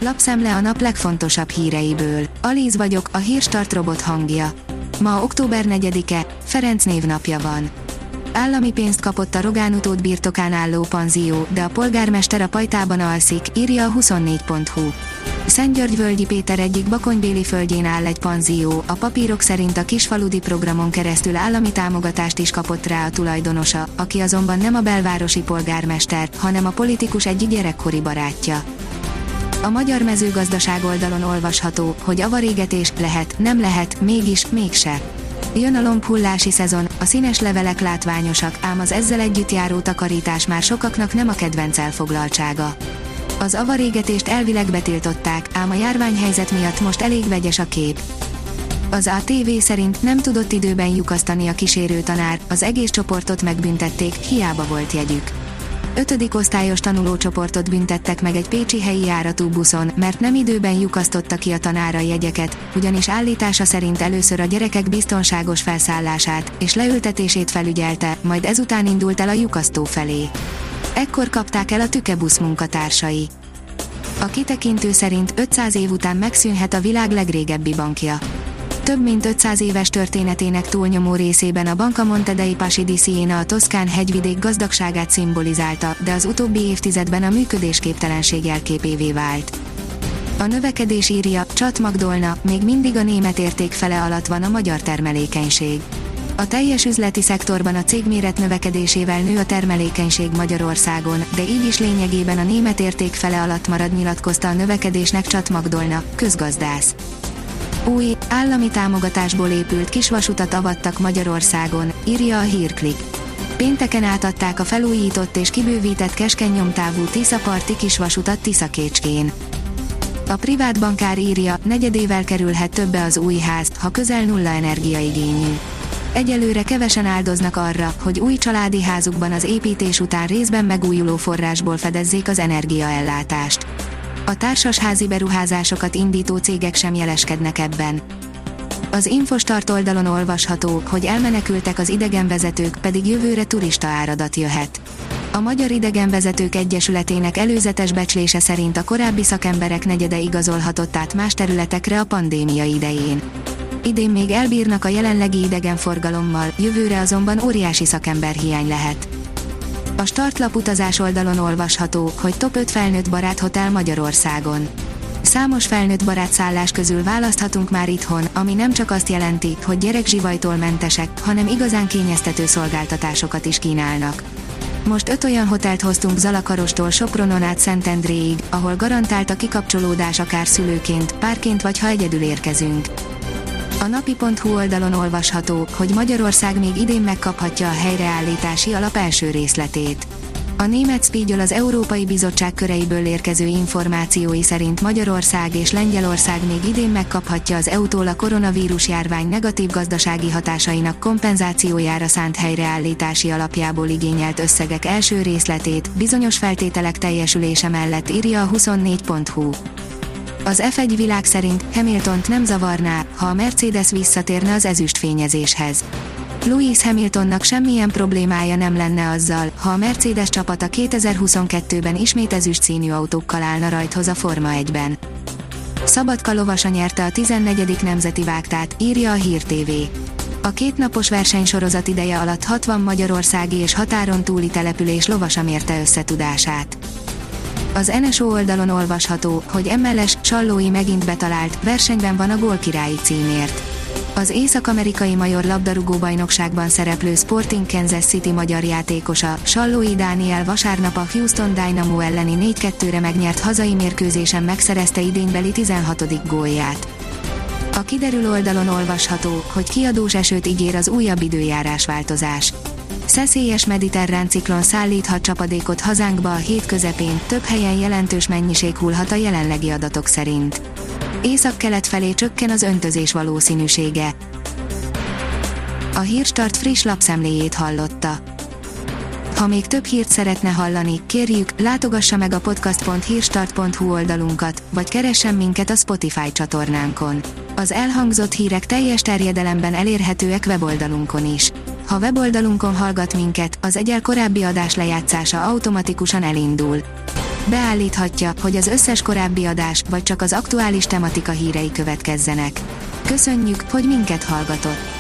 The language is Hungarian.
Lapszemle a nap legfontosabb híreiből. Alíz vagyok, a Hírstart robot hangja. Ma október 4-e, Ferenc névnapja van. Állami pénzt kapott a Rogán utód birtokán álló panzió, de a polgármester a pajtában alszik, írja a 24.hu. Szentgyörgyvölgyi Péter egyik bakonybéli földjén áll egy panzió, a papírok szerint a kisfaludi programon keresztül állami támogatást is kapott rá a tulajdonosa, aki azonban nem a belvárosi polgármester, hanem a politikus egyik gyerekkori barátja. A Magyar Mezőgazdaság oldalon olvasható, hogy avarégetés lehet, nem lehet, mégis, mégse. Jön a lombhullási szezon, a színes levelek látványosak, ám az ezzel együtt járó takarítás már sokaknak nem a kedvenc elfoglaltsága. Az avarégetést elvileg betiltották, ám a járványhelyzet miatt most elég vegyes a kép. Az ATV szerint nem tudott időben lyukasztani a kísérő tanár, az egész csoportot megbüntették, hiába volt jegyük. 5. osztályos tanulócsoportot büntettek meg egy pécsi helyi járatú buszon, mert nem időben lyukasztotta ki a tanár a jegyeket, ugyanis állítása szerint először a gyerekek biztonságos felszállását és leültetését felügyelte, majd ezután indult el a lyukasztó felé. Ekkor kapták el a tükebusz munkatársai. A kitekintő szerint 500 év után megszűnhet a világ legrégebbi bankja. Több mint 500 éves történetének túlnyomó részében a Banca Monte dei Paschi di Siena a toszkán hegyvidék gazdagságát szimbolizálta, de az utóbbi évtizedben a működésképtelenség jelképévé vált. A növekedés írja, Csat Magdolna, még mindig a német érték fele alatt van a magyar termelékenység. A teljes üzleti szektorban a cégméret növekedésével nő a termelékenység Magyarországon, de így is lényegében a német érték fele alatt marad, nyilatkozta a növekedésnek Csat Magdolna, közgazdász. Új, állami támogatásból épült kisvasutat avattak Magyarországon, írja a Hírklik. Pénteken átadták a felújított és kibővített keskeny nyomtávú Tisza-parti kisvasutat Tiszakécskén. A privát bankár írja, negyedével kerülhet többe az új ház, ha közel nulla energiaigényű. Egyelőre kevesen áldoznak arra, hogy új családi házukban az építés után részben megújuló forrásból fedezzék az energiaellátást. A társasházi beruházásokat indító cégek sem jeleskednek ebben. Az Infostart oldalon olvasható, hogy elmenekültek az idegenvezetők, pedig jövőre turista áradat jöhet. A Magyar Idegenvezetők Egyesületének előzetes becslése szerint a korábbi szakemberek negyede igazolhatott át más területekre a pandémia idején. Idén még elbírnak a jelenlegi idegenforgalommal, jövőre azonban óriási szakemberhiány lehet. A Startlap utazás oldalon olvasható, hogy top 5 felnőtt barát hotel Magyarországon. Számos felnőtt barát szállás közül választhatunk már itthon, ami nem csak azt jelenti, hogy gyerekzsivajtól mentesek, hanem igazán kényeztető szolgáltatásokat is kínálnak. Most 5 olyan hotelt hoztunk Zalakarostól Sopronon át Szentendréig, ahol garantált a kikapcsolódás akár szülőként, párként vagy ha egyedül érkezünk. A napi.hu oldalon olvasható, hogy Magyarország még idén megkaphatja a helyreállítási alap első részletét. A német Spiegel az Európai Bizottság köreiből érkező információi szerint Magyarország és Lengyelország még idén megkaphatja az EU-tól a koronavírus járvány negatív gazdasági hatásainak kompenzációjára szánt helyreállítási alapjából igényelt összegek első részletét, bizonyos feltételek teljesülése mellett, írja a 24.hu. Az F1 világ szerint Hamiltont nem zavarná, ha a Mercedes visszatérne az ezüstfényezéshez. Lewis Hamiltonnak semmilyen problémája nem lenne azzal, ha a Mercedes csapata 2022-ben ismét ezüst színű autókkal állna rajthoz a Forma 1-ben. Szabadka lovasa nyerte a 14. nemzeti vágtát, írja a Hír TV. A kétnapos versenysorozat ideje alatt 60 magyarországi és határon túli település lovasa mérte összetudását. Az NSO oldalon olvasható, hogy MLS Sallói megint betalált, versenyben van a gólkirályi címért. Az észak-amerikai major labdarúgó-bajnokságban szereplő Sporting Kansas City magyar játékosa, Sallói Dániel vasárnap a Houston Dynamo elleni 4-2-re megnyert hazai mérkőzésen megszerezte idénybeli 16. gólját. A kiderül oldalon olvasható, hogy kiadós esőt ígér az újabb időjárásváltozás. Szeszélyes mediterrán ciklon szállíthat csapadékot hazánkba a hét közepén, több helyen jelentős mennyiség hullhat a jelenlegi adatok szerint. Északkelet felé csökken az öntözés valószínűsége. A Hírstart friss lapszemléjét hallotta. Ha még több hírt szeretne hallani, kérjük, látogassa meg a podcast.hírstart.hu oldalunkat, vagy keressen minket a Spotify csatornánkon. Az elhangzott hírek teljes terjedelemben elérhetőek weboldalunkon is. Ha weboldalunkon hallgat minket, az egyel korábbi adás lejátszása automatikusan elindul. Beállíthatja, hogy az összes korábbi adás, vagy csak az aktuális tematika hírei következzenek. Köszönjük, hogy minket hallgatott!